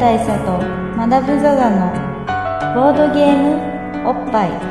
大佐とマダム・ザ・ザのボードゲームおっぱい。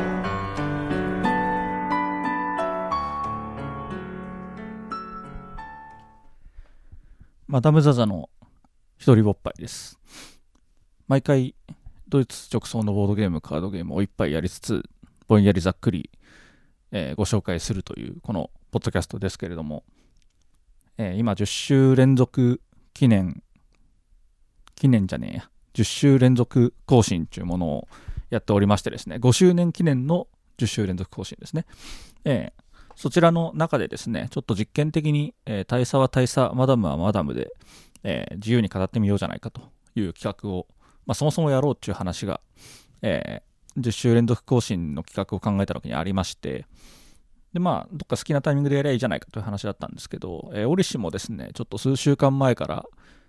マダム・ザ・ザの一人ぼっぱいです。毎回ドイツ直送のボードゲームカードゲームを一杯やりつつぼんやりざっくり、ご紹介するというこのポッドキャストですけれども、今10週連続記念じゃねえや10週連続更新というものをやっておりましてですね、5周年記念の10週連続更新ですね。そちらの中でですね、ちょっと実験的に、大佐は大佐、マダムはマダムで、自由に語ってみようじゃないかという企画を、そもそもやろうっていう話が、10週連続更新の企画を考えた時にありまして、でどっか好きなタイミングでやりゃいいじゃないかという話だったんですけど、折しもですね、ちょっと数週間前から、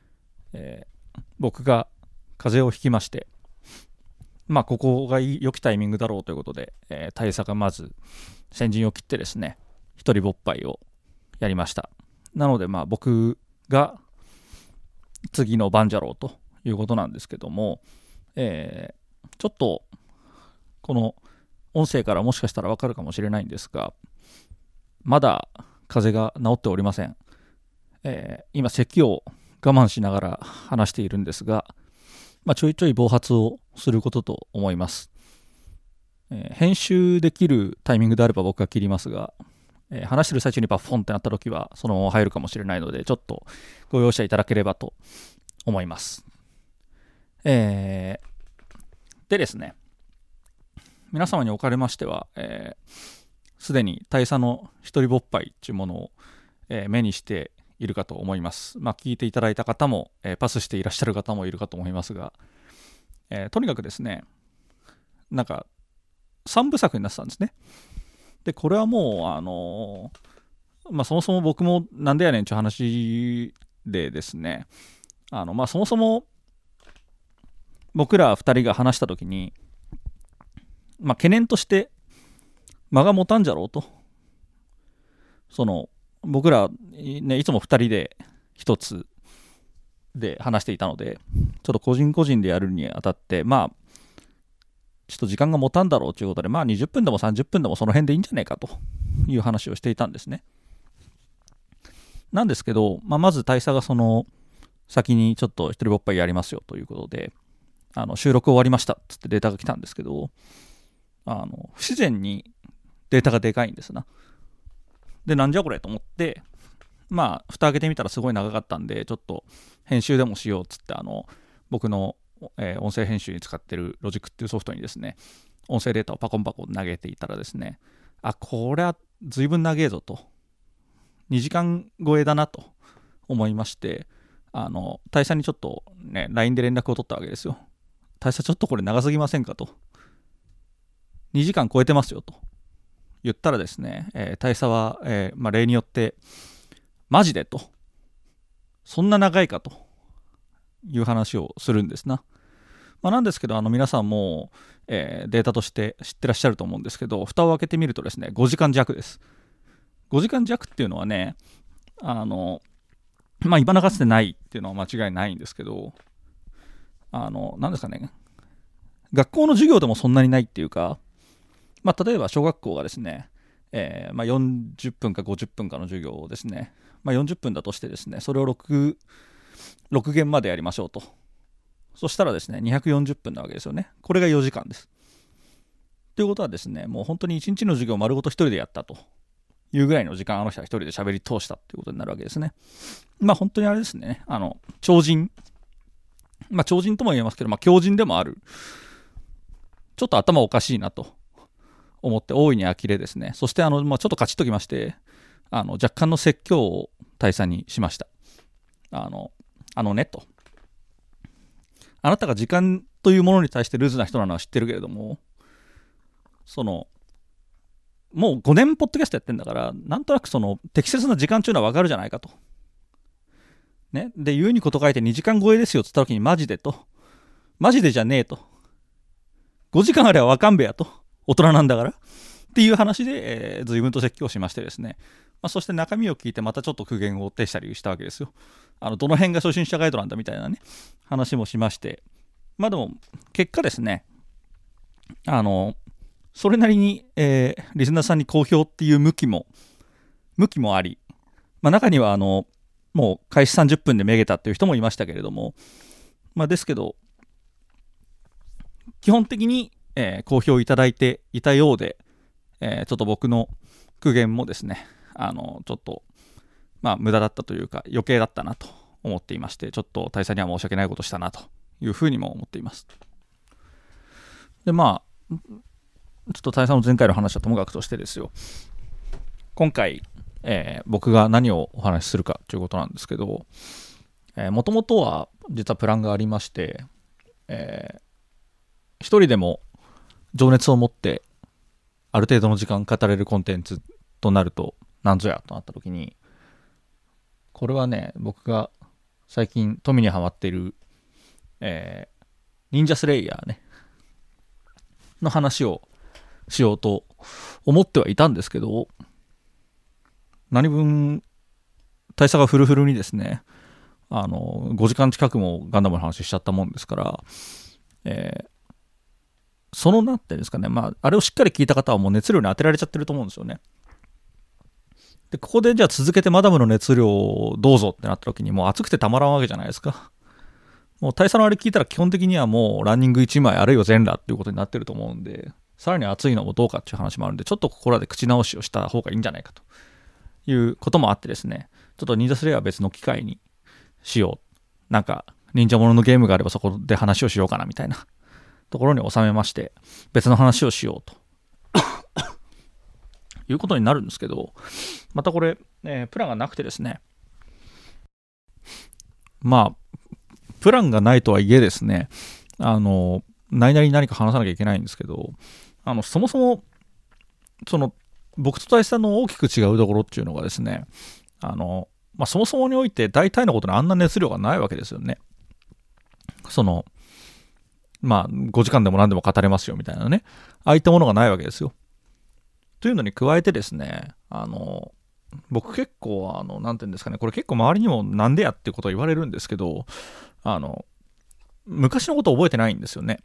僕が風邪をひきまして、ここが良きタイミングだろうということで、大佐がまず先陣を切ってですね、一人ぼっぱいをやりました。なので僕が次の番じゃろうということなんですけども、ちょっとこの音声からもしかしたらわかるかもしれないんですが、まだ風邪が治っておりません。今咳を我慢しながら話しているんですが、ちょいちょい暴発をすることと思います。編集できるタイミングであれば僕が切りますが、話してる最中にバッフォンってなった時はそのまま入るかもしれないので、ちょっとご容赦いただければと思います。でですね、皆様におかれましては、すでに大佐の一人ぼっぱいというものを、目にしているかと思います。聞いていただいた方も、パスしていらっしゃる方もいるかと思いますが、とにかくですね、3部作になってたんですね。でこれはもうそもそも僕もなんでやねんっていう話でですね、そもそも僕ら2人が話した時に、懸念として間が持たんじゃろうと、僕ら、ね、いつも2人で1つで話していたので、ちょっと個人個人でやるにあたってちょっと時間が持たんだろうということで、20分でも30分でもその辺でいいんじゃないかという話をしていたんですね。なんですけど、まず大佐がその先にちょっと一人ぼっぱいやりますよということで、収録終わりましたっつってデータが来たんですけど、不自然にデータがでかいんですな。でなんじゃこれと思って、蓋開けてみたらすごい長かったんで、ちょっと編集でもしようっつって僕の音声編集に使ってるロジックっていうソフトにですね、音声データをパコンパコン投げていたらですね、これは随分長えぞと、2時間超えだなと思いまして、大佐にちょっとね LINE で連絡を取ったわけですよ。大佐ちょっとこれ長すぎませんかと、2時間超えてますよと言ったらですね、大佐は、例によってマジでと、そんな長いかという話をするんですな。なんですけど皆さんも、データとして知ってらっしゃると思うんですけど、蓋を開けてみるとですね、5時間弱です。5時間弱っていうのはね、今流してないっていうのは間違いないんですけど、なんですかね、学校の授業でもそんなにないっていうか、例えば小学校がですね、40分か50分かの授業をですね、40分だとしてですね、それを6限までやりましょうと。そしたらですね、240分なわけですよね。これが4時間です。ということはですね、もう本当に1日の授業を丸ごと一人でやったというぐらいの時間、人は一人で喋り通したということになるわけですね。本当にあれですね、超人、超人とも言えますけど、強人でもある、ちょっと頭おかしいなと思って大いに呆れですね、そしてちょっとカチッときまして、若干の説教を大佐にしました。ねと、あなたが時間というものに対してルーズな人なのは知ってるけれども、もう5年ポッドキャストやってんだから、なんとなく適切な時間というのは分かるじゃないかと。ね、で言うにこと書いて2時間超えですよっつった時にマジでと、マジでじゃねえと、5時間あれば分かんべやと、大人なんだからっていう話で、随分と説教しましてですね、 そして中身を聞いてまたちょっと苦言を呈したりしたわけですよ。どの辺が初心者ガイドなんだみたいなね話もしまして、でも結果ですね、それなりに、リスナーさんに好評っていう向きもあり、中にはもう開始30分でめげたっていう人もいましたけれども、ですけど基本的に、好評いただいていたようで、ちょっと僕の苦言もですね、ちょっと無駄だったというか余計だったなと思っていまして、ちょっと大佐には申し訳ないことしたなというふうにも思っています。でちょっと大佐の前回の話はともかくとしてですよ、今回、僕が何をお話しするかということなんですけど、もともとは実はプランがありまして、一人でも情熱を持ってある程度の時間語れるコンテンツとなると何ぞやとなった時に、これはね、僕が最近富にハマっている、忍者スレイヤーねの話をしようと思ってはいたんですけど、何分大佐がフルフルにですね、5時間近くもガンダムの話しちゃったもんですから、そのなんていうんですかね、あれをしっかり聞いた方はもう熱量に当てられちゃってると思うんですよね。でここでじゃあ続けてマダムの熱量をどうぞってなった時に、もう熱くてたまらんわけじゃないですか。もう大佐のあれ聞いたら基本的にはもうランニング1枚あるいは全裸っていうことになってると思うんで、さらに熱いのもどうかっていう話もあるんで、ちょっとここらで口直しをした方がいいんじゃないかということもあってですね、ちょっと忍者スレイヤーは別の機会にしよう、なんか忍者もののゲームがあればそこで話をしようかなみたいなところに収めまして、別の話をしようということになるんですけど、またこれ、プランがなくてですね、プランがないとはいえですね、何々何か話さなきゃいけないんですけど、そもそもその僕と大佐の大きく違うところっていうのがですね、そもそもにおいて大体のことにあんな熱量がないわけですよね。5時間でも何でも語れますよみたいなね、ああいったものがないわけですよ。というのに加えてですね、僕結構なんていうんですかね、これ結構周りにもなんでやっていうことを言われるんですけど、昔のことを覚えてないんですよね。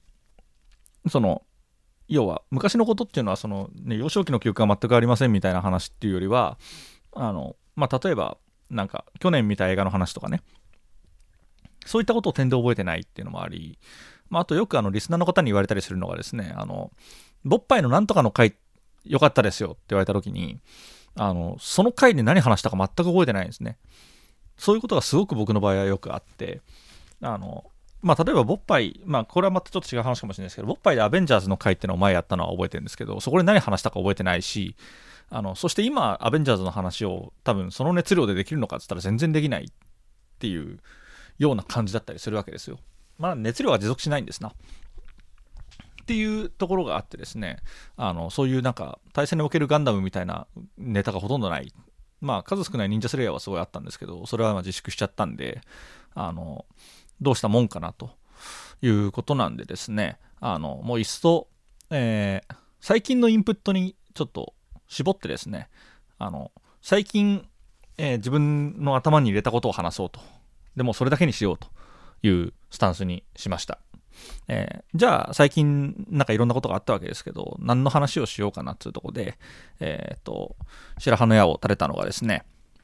要は昔のことっていうのは幼少期の記憶が全くありませんみたいな話っていうよりは、例えばなんか去年見た映画の話とかね、そういったことを点で覚えてないっていうのもあり、あとよくリスナーの方に言われたりするのがですね、ボッパイのなんとかの回良かったですよって言われた時に、その回で何話したか全く覚えてないんですね。そういうことがすごく僕の場合はよくあって、例えばボッパイ、これはまたちょっと違う話かもしれないですけど、ボッパイでアベンジャーズの回っていうのを前やったのは覚えてるんですけど、そこで何話したか覚えてないし、そして今アベンジャーズの話を多分その熱量でできるのかって言ったら全然できないっていうような感じだったりするわけですよ。熱量が持続しないんですなっていうところがあってですね、そういうなんか対戦におけるガンダムみたいなネタがほとんどない、数少ない忍者スレイヤーはすごいあったんですけど、それは自粛しちゃったんで、どうしたもんかなということなんでですね、もういっそ、最近のインプットにちょっと絞ってですね、最近、自分の頭に入れたことを話そうと、でもそれだけにしようというスタンスにしました。じゃあ最近なんかいろんなことがあったわけですけど、何の話をしようかなっていうところで、白羽の矢を垂れたのがですね、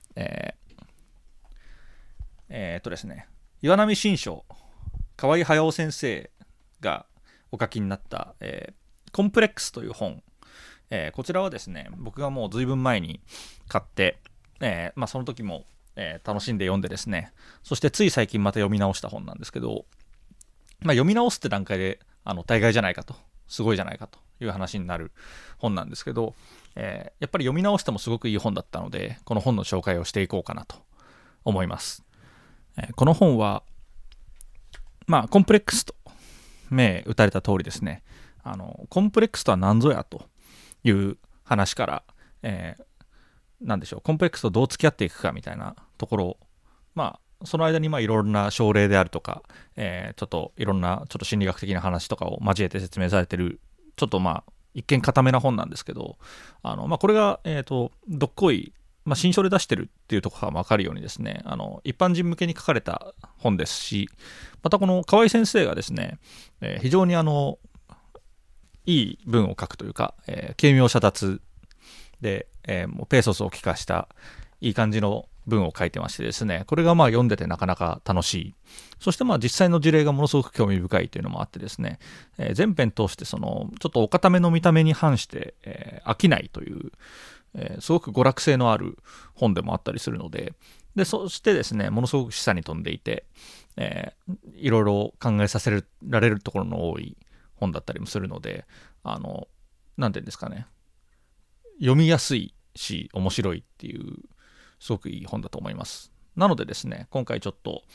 ですね、岩波新書河合隼先生がお書きになった、コンプレックスという本、こちらはですね、僕がもう随分前に買って、その時も、楽しんで読んでですね、そしてつい最近また読み直した本なんですけど、読み直すって段階で大概じゃないかと、すごいじゃないかという話になる本なんですけど、やっぱり読み直してもすごくいい本だったので、この本の紹介をしていこうかなと思います。この本はコンプレックスと銘打たれた通りですね、コンプレックスとは何ぞやという話から、なんでしょう、コンプレックスとどう付き合っていくかみたいなところを、その間にいろんな症例であるとか、ちょっといろんなちょっと心理学的な話とかを交えて説明されてる、ちょっと一見固めな本なんですけど、これがどっこい新書で出してるっていうところが分かるようにですね、一般人向けに書かれた本ですし、またこの河合先生がですね、非常にいい文を書くというか、軽妙遮奪で、もうペーソスを利かしたいい感じの文を書いてましてですね、これが読んでてなかなか楽しい。そして実際の事例がものすごく興味深いというのもあってですね、全編通してちょっとお固めの見た目に反して、飽きないという、すごく娯楽性のある本でもあったりするので、そしてですね、ものすごく示唆に富んでいて、いろいろ考えさせられるところの多い本だったりもするので、なんていうんですかね、読みやすいし面白いっていうすごくいい本だと思います。なのでですね、今回ちょっと、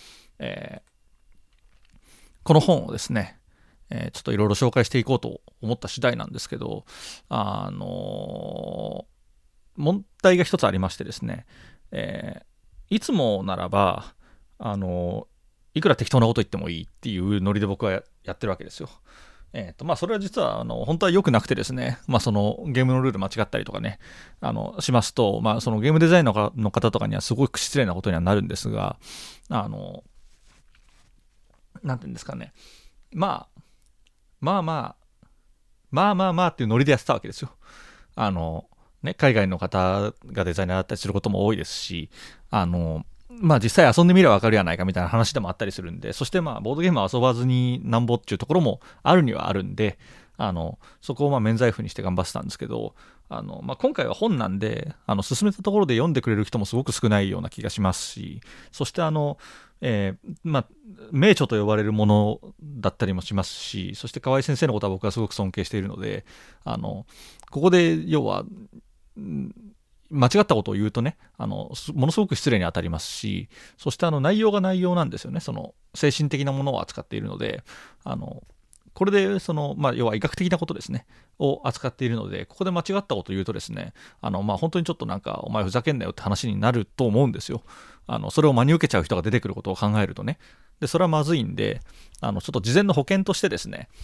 この本をですね、ちょっといろいろ紹介していこうと思った次第なんですけど、問題が一つありましてですね、いつもならばいくら適当なこと言ってもいいっていうノリで僕はやってるわけですよ。それは実は本当は良くなくてですね、そのゲームのルール間違ったりとかねしますと、そのゲームデザインの方とかにはすごく失礼なことにはなるんですが、なんていうんですかね、まあっていうノリでやってたわけですよ。海外の方がデザイナーだったりすることも多いですし、実際遊んでみれば分かるやないかみたいな話でもあったりするんで、そしてボードゲームは遊ばずになんぼっていうところもあるにはあるんで、そこを免罪符にして頑張ってたんですけど、今回は本なんで進めたところで読んでくれる人もすごく少ないような気がしますし、そして名著と呼ばれるものだったりもしますし、そして河合先生のことは僕はすごく尊敬しているので、ここで要は間違ったことを言うとね、ものすごく失礼に当たりますし、そして内容が内容なんですよね。その精神的なものを扱っているので、これで要は医学的なことですねを扱っているので、ここで間違ったことを言うとですね、本当にちょっとお前ふざけんなよって話になると思うんですよ。それを真に受けちゃう人が出てくることを考えるとね。でそれはまずいんで、ちょっと事前の保険としてですね、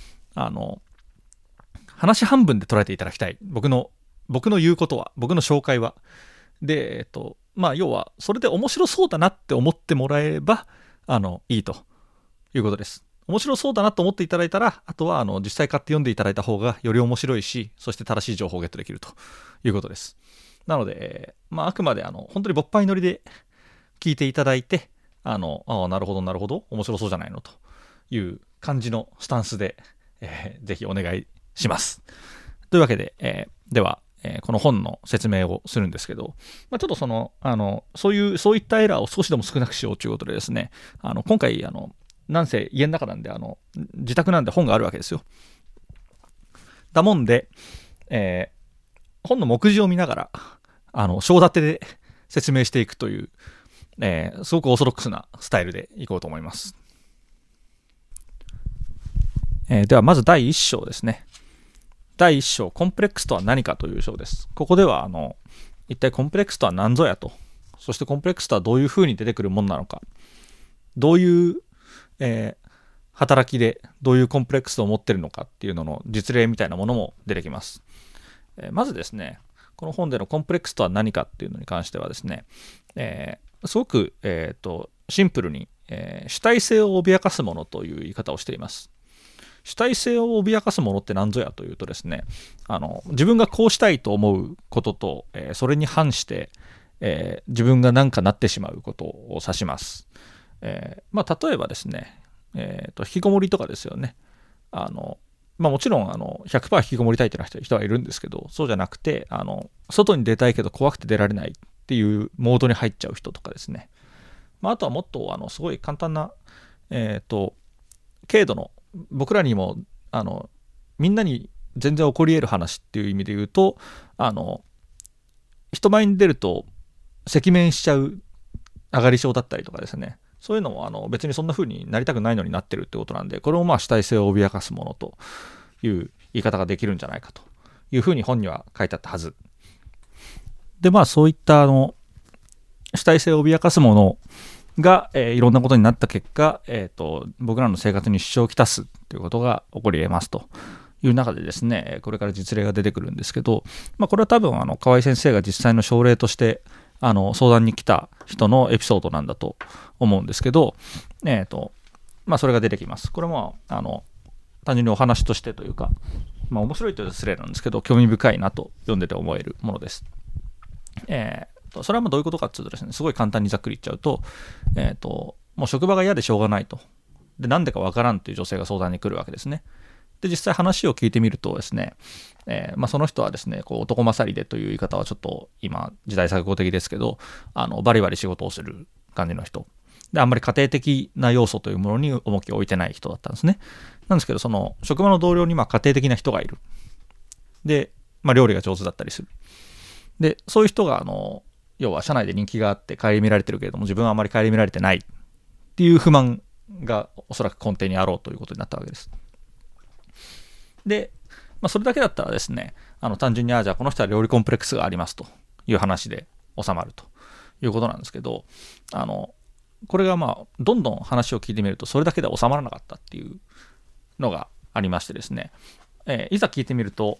話半分で捉えていただきたい。僕の言うことは、僕の紹介は。で、要は、それで面白そうだなって思ってもらえれば、いいということです。面白そうだなと思っていただいたら、あとは、実際買って読んでいただいた方がより面白いし、そして正しい情報をゲットできるということです。なので、あくまで、本当に勃発乗りで聞いていただいて、なるほど、面白そうじゃないのという感じのスタンスで、ぜひお願いします。というわけで、では、この本の説明をするんですけど、ちょっとそういったエラーを少しでも少なくしようということでですね、今回なんせ家の中なんで自宅なんで本があるわけですよ。だもんで、本の目次を見ながら章立てで説明していくという、すごくオーソドックスなスタイルでいこうと思います。ではまず第1章ですね。第1章、コンプレックスとは何かという章です。ここでは一体コンプレックスとは何ぞやと、そしてコンプレックスとはどういうふうに出てくるものなのか、どういう、働きでどういうコンプレックスを持っているのかっていうのの実例みたいなものも出てきます。まずですね、この本でのコンプレックスとは何かっていうのに関してはですね、すごく、シンプルに、主体性を脅かすものという言い方をしています。主体性を脅かすものって何ぞやというとですね、自分がこうしたいと思うことと、それに反して、自分が何かなってしまうことを指します。例えばですね、引きこもりとかですよね。もちろん100% 引きこもりたいという人はいるんですけど、そうじゃなくて外に出たいけど怖くて出られないっていうモードに入っちゃう人とかですね。あとはもっとすごい簡単な、軽度の僕らにもみんなに全然起こり得る話っていう意味で言うと、人前に出ると赤面しちゃう上がり症だったりとかですね、そういうのも別にそんな風になりたくないのになってるってことなんで、これも主体性を脅かすものという言い方ができるんじゃないかという風に本には書いてあったはずで、そういった主体性を脅かすものが、いろんなことになった結果、僕らの生活に支障をきたすということが起こり得ますという中でですね、これから実例が出てくるんですけど、これは多分河合先生が実際の症例として、 相談に来た人のエピソードなんだと思うんですけど、それが出てきます。これも単純にお話としてというか、面白いというと失礼なんですけど、興味深いなと読んでて思えるものです。それはどういうことかっていうとですね、すごい簡単にざっくり言っちゃうと、もう職場が嫌でしょうがないと。で、なんでかわからんという女性が相談に来るわけですね。で、実際話を聞いてみるとですね、その人はですね、男勝りでという言い方はちょっと今、時代錯誤的ですけど、バリバリ仕事をする感じの人。で、あんまり家庭的な要素というものに重きを置いてない人だったんですね。なんですけど、その職場の同僚に家庭的な人がいる。で、料理が上手だったりする。で、そういう人が、要は社内で人気があって顧みられてるけれども、自分はあまり顧みられてないっていう不満がおそらく根底にあろうということになったわけです。で、それだけだったらですね、単純に、じゃあこの人は料理コンプレックスがありますという話で収まるということなんですけど、これがどんどん話を聞いてみると、それだけで収まらなかったっていうのがありましてですね、いざ聞いてみると、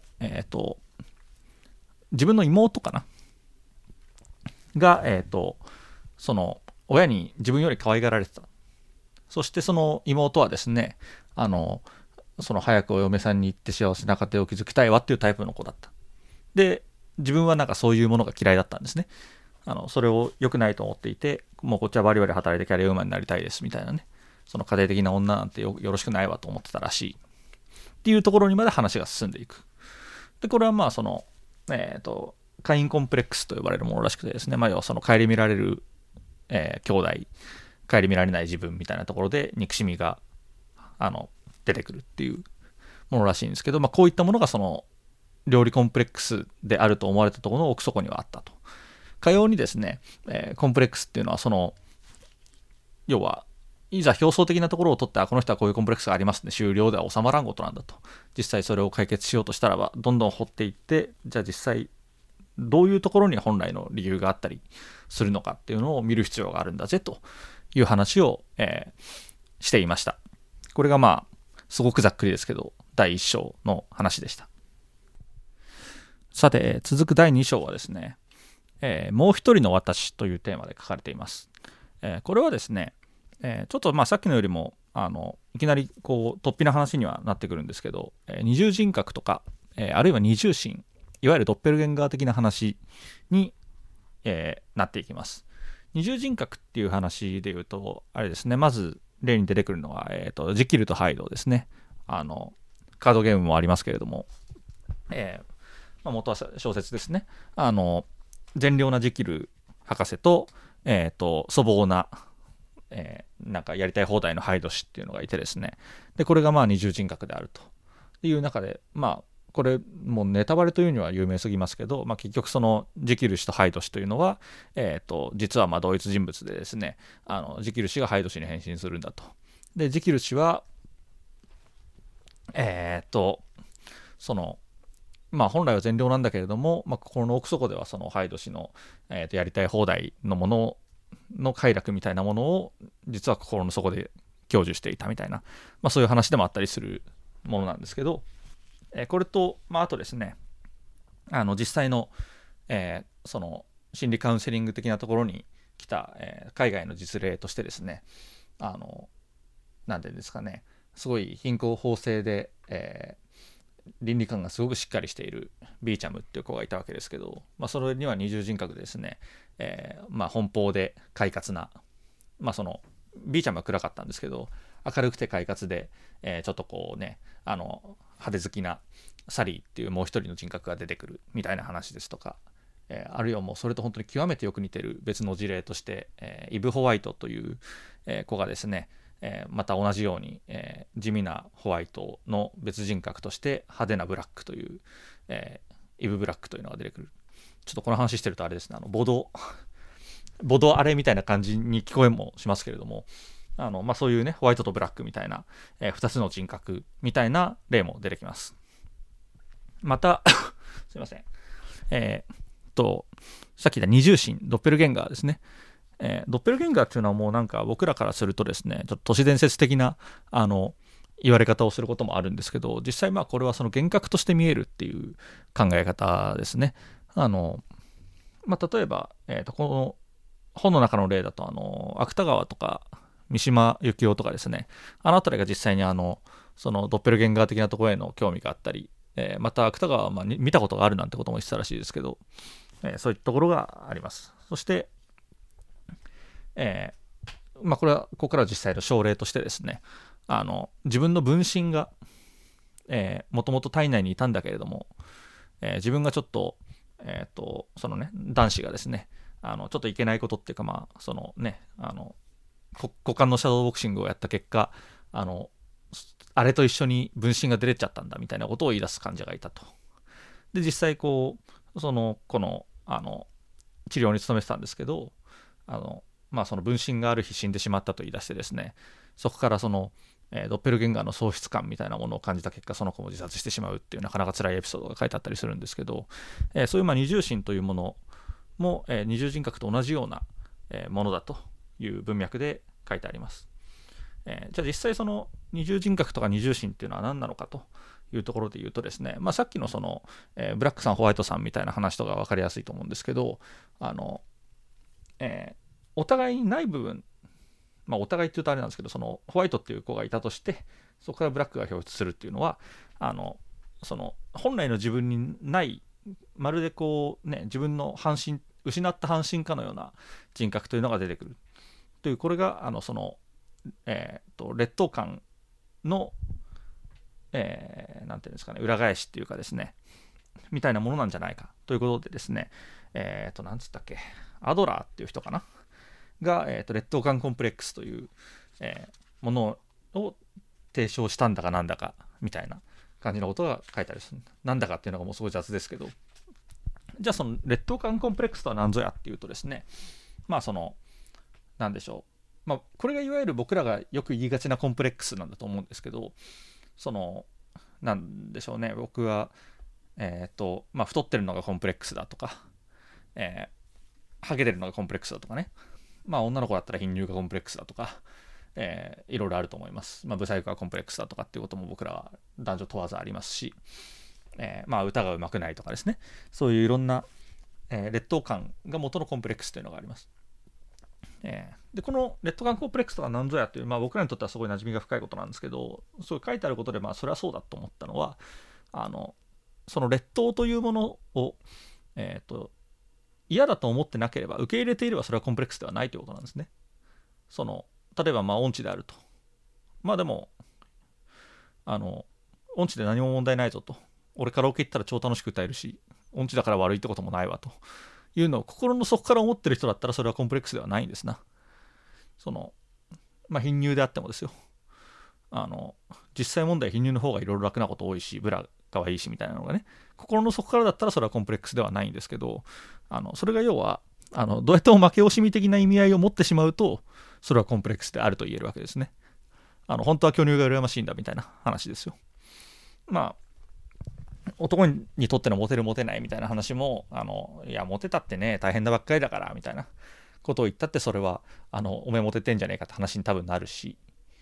自分の妹かなが、その親に自分より可愛がられてた。そしてその妹はですね、その早くお嫁さんに行って幸せな家庭を築きたいわっていうタイプの子だった。で、自分はそういうものが嫌いだったんですね。それを良くないと思っていて、もうこっちはバリバリ働いてキャリアウーマンになりたいですみたいなね、その家庭的な女なんて よろしくないわと思ってたらしいっていうところにまで話が進んでいく。で、これはその会員コンプレックスと呼ばれるものらしくてですね、要はその顧みられる、兄弟、顧みられない自分みたいなところで憎しみが出てくるっていうものらしいんですけど、こういったものがその料理コンプレックスであると思われたところの奥底にはあったと。かようにですね、コンプレックスっていうのはその要はいざ表層的なところを取ってこの人はこういうコンプレックスがありますね、終了では収まらんことなんだと。実際それを解決しようとしたらばどんどん掘っていって、じゃあ実際どういうところに本来の理由があったりするのかっていうのを見る必要があるんだぜという話を、していました。これがすごくざっくりですけど第1章の話でした。さて続く第2章はですね、もう一人の私というテーマで書かれています。これはですね、ちょっとさっきのよりもいきなり突飛な話にはなってくるんですけど、二重人格とか、あるいは二重心、いわゆるドッペルゲンガー的な話に、なっていきます。二重人格っていう話でいうとあれですね、まず例に出てくるのは、ジキルとハイドですね。カードゲームもありますけれども、元は小説ですね。善良なジキル博士と、粗暴な、なんかやりたい放題のハイド氏っていうのがいてですね。で、これが二重人格であるという中で、これもうネタバレというには有名すぎますけど、結局そのジキル氏とハイド氏というのは、実は同一人物でですね、ジキル氏がハイド氏に変身するんだと。で、ジキル氏はその本来は善良なんだけれども、心の奥底ではそのハイド氏の、やりたい放題のものの快楽みたいなものを実は心の底で享受していたみたいな、そういう話でもあったりするものなんですけど、これと、あとですね、実際の、その心理カウンセリング的なところに来た、海外の実例としてですね、なんていうんですかね、すごい貧困法制で、倫理観がすごくしっかりしているビーチャムっていう子がいたわけですけど、それには二重人格でですね、奔放で快活な、そのビーチャムは暗かったんですけど明るくて快活で、ちょっと派手好きなサリーっていうもう一人の人格が出てくるみたいな話ですとか、あるいはもうそれと本当に極めてよく似てる別の事例として、イブ・ホワイトという、子がですね、また同じように、地味なホワイトの別人格として派手なブラックという、イブ・ブラックというのが出てくる。ちょっとこの話してるとあれですね、ボドあれみたいな感じに聞こえもしますけれども、そういうねホワイトとブラックみたいな、2つの人格みたいな例も出てきます。またすいません、さっき言った二重心ドッペルゲンガーですね。ドッペルゲンガーっていうのはもうなんか僕らからするとですね、ちょっと都市伝説的な言われ方をすることもあるんですけど、実際これはその幻覚として見えるっていう考え方ですね。 例えば、この本の中の例だと芥川とか三島由紀夫とかですね、あの辺りが実際にそのドッペルゲンガー的なところへの興味があったり、また芥川は見たことがあるなんてことも言ってたらしいですけど、そういったところがあります。そして、これはここから実際の症例としてですね、自分の分身がもともと体内にいたんだけれども、自分がちょっと、そのね男子がですねちょっといけないことっていうか、そのね股間のシャドーボクシングをやった結果あれと一緒に分身が出れちゃったんだみたいなことを言い出す患者がいたと。で実際この治療に努めてたんですけどその分身がある日死んでしまったと言い出してですね、そこからドッペルゲンガーの喪失感みたいなものを感じた結果、その子も自殺してしまうっていうなかなか辛いエピソードが書いてあったりするんですけど、そういう二重心というものも、二重人格と同じような、ものだという文脈で書いてあります。じゃあ実際その二重人格とか二重心っていうのは何なのかというところで言うとですね、さっきのブラックさんホワイトさんみたいな話とか分かりやすいと思うんですけど、お互いにない部分、お互いって言うとあれなんですけど、そのホワイトっていう子がいたとしてそこからブラックが表出するっていうのはその本来の自分にないまるで自分の失った半身かのような人格というのが出てくるという、これが劣等感の、なんていうんですかね、裏返しっていうかですねみたいなものなんじゃないかということでですね、なんつったっけ、アドラーっていう人かなが、劣等感コンプレックスという、ものを提唱したんだかなんだかみたいな感じのことが書いてあります。なんだかっていうのがもうすごい雑ですけど、じゃあその劣等感コンプレックスとは何ぞやっていうとですね、なんでしょう、これがいわゆる僕らがよく言いがちなコンプレックスなんだと思うんですけど、なんでしょうね、僕は太ってるのがコンプレックスだとか、ハゲてるのがコンプレックスだとかね、女の子だったら貧乳がコンプレックスだとか、いろいろあると思います。ブサイクがコンプレックスだとかっていうことも僕らは男女問わずありますし、歌がうまくないとかですね、そういういろんな、劣等感が元のコンプレックスというのがあります。でこの劣等感コンプレックスとは何ぞやという、僕らにとってはすごい馴染みが深いことなんですけど、そう書いてあることでそれはそうだと思ったのは、その劣等というものを、嫌だと思ってなければ、受け入れていればそれはコンプレックスではないということなんですね。例えば音痴であると、でも音痴で何も問題ないぞと、俺カラオケ行ったら超楽しく歌えるし音痴だから悪いってこともないわというのを心の底から思ってる人だったら、それはコンプレックスではないんですな。貧乳であってもですよ、実際問題貧乳の方がいろいろ楽なこと多いし、ブラ可愛いしみたいなのがね、心の底からだったらそれはコンプレックスではないんですけど、それが要はどうやっても負け惜しみ的な意味合いを持ってしまうと、それはコンプレックスであると言えるわけですね。本当は巨乳が羨ましいんだみたいな話ですよ。男にとってのモテるモテないみたいな話もいやモテたってね大変なばっかりだからみたいなことを言ったって、それはおめえモテてんじゃねえかって話に多分なるし、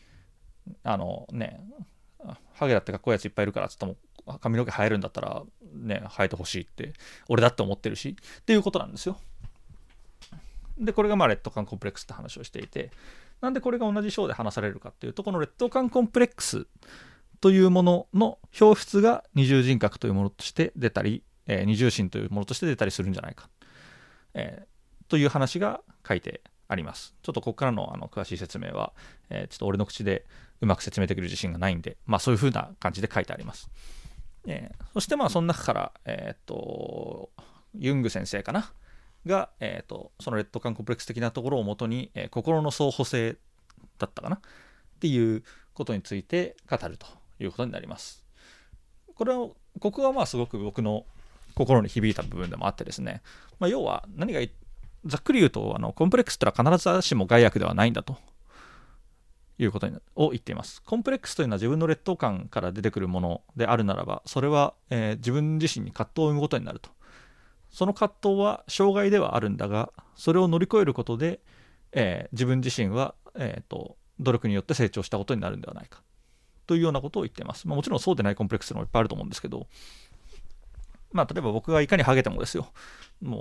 ハゲだってかっこいいやついっぱいいるからっつっても髪の毛生えるんだったらね生えてほしいって俺だって思ってるしっていうことなんですよ。でこれが劣等感コンプレックスって話をしていて、なんでこれが同じ章で話されるかっていうと、この劣等感コンプレックスというものの表出が二重人格というものとして出たり、二重心というものとして出たりするんじゃないか、という話が書いてあります。ちょっとここからの詳しい説明は、ちょっと俺の口でうまく説明できる自信がないんで、そういう風な感じで書いてあります。そしてその中から、ユング先生かなが、その劣等感コンプレックス的なところをもとに、心の相補性だったかなっていうことについて語るということになります。ここがすごく僕の心に響いた部分でもあってですね、要は何がざっくり言うとコンプレックスというのは必ずしも害悪ではないんだということを言っています。コンプレックスというのは自分の劣等感から出てくるものであるならば、それは、自分自身に葛藤を生むことになると。その葛藤は障害ではあるんだが、それを乗り越えることで、自分自身は、努力によって成長したことになるんではないかというようなことを言っています。もちろんそうでないコンプレックスもいっぱいあると思うんですけど、例えば僕がいかにハゲてもですよ、もう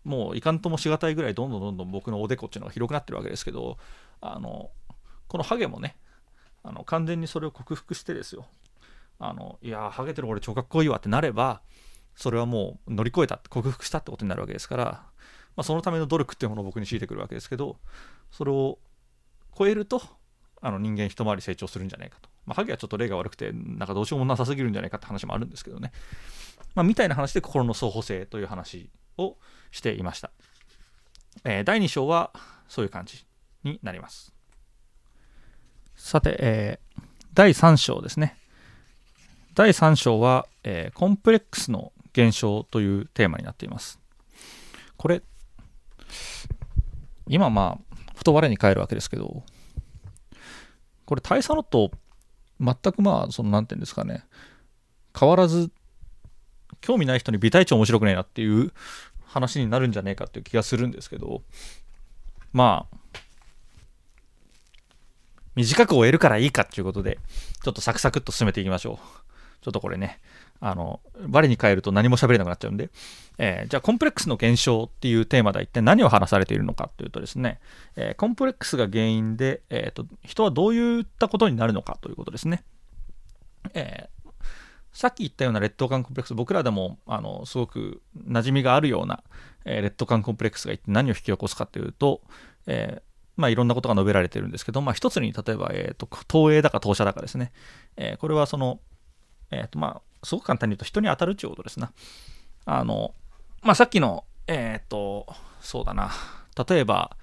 もういかんともしがたいぐらいどんどん僕のおでこっていうのが広くなってるわけですけど、このハゲもね、完全にそれを克服してですよ、いやハゲてる俺超かっこいいわってなれば、それはもう乗り越えた、克服したってことになるわけですから、そのための努力っていうものを僕に強いてくるわけですけど、それを超えると人間一回り成長するんじゃないかと。ハゲはちょっと例が悪くてなんかどうしようもなさすぎるんじゃないかって話もあるんですけどね、みたいな話で心の相補性という話をしていました。第2章はそういう感じになります。さて、第3章ですね。第3章は、コンプレックスの現象というテーマになっています。これ今ふと我に返るわけですけど、これ大佐のと全くなんていうんですかね、変わらず興味ない人に微体値面白くねえなっていう話になるんじゃねえかっていう気がするんですけど、短く終えるからいいかっていうことでちょっとサクサクっと進めていきましょう。ちょっとこれね、我に返ると何も喋れなくなっちゃうんで、じゃあコンプレックスの現象っていうテーマでは一体何を話されているのかというとですね、コンプレックスが原因で、人はどういったことになるのかということですね。さっき言ったような劣等感コンプレックス、僕らでもすごく馴染みがあるような、劣等感コンプレックスが一体何を引き起こすかというと、いろんなことが述べられているんですけど、一つに例えば、投影だか投射だかですね、これはすごく簡単に言うと人に当たるということですな。さっきのそうだな、例えば、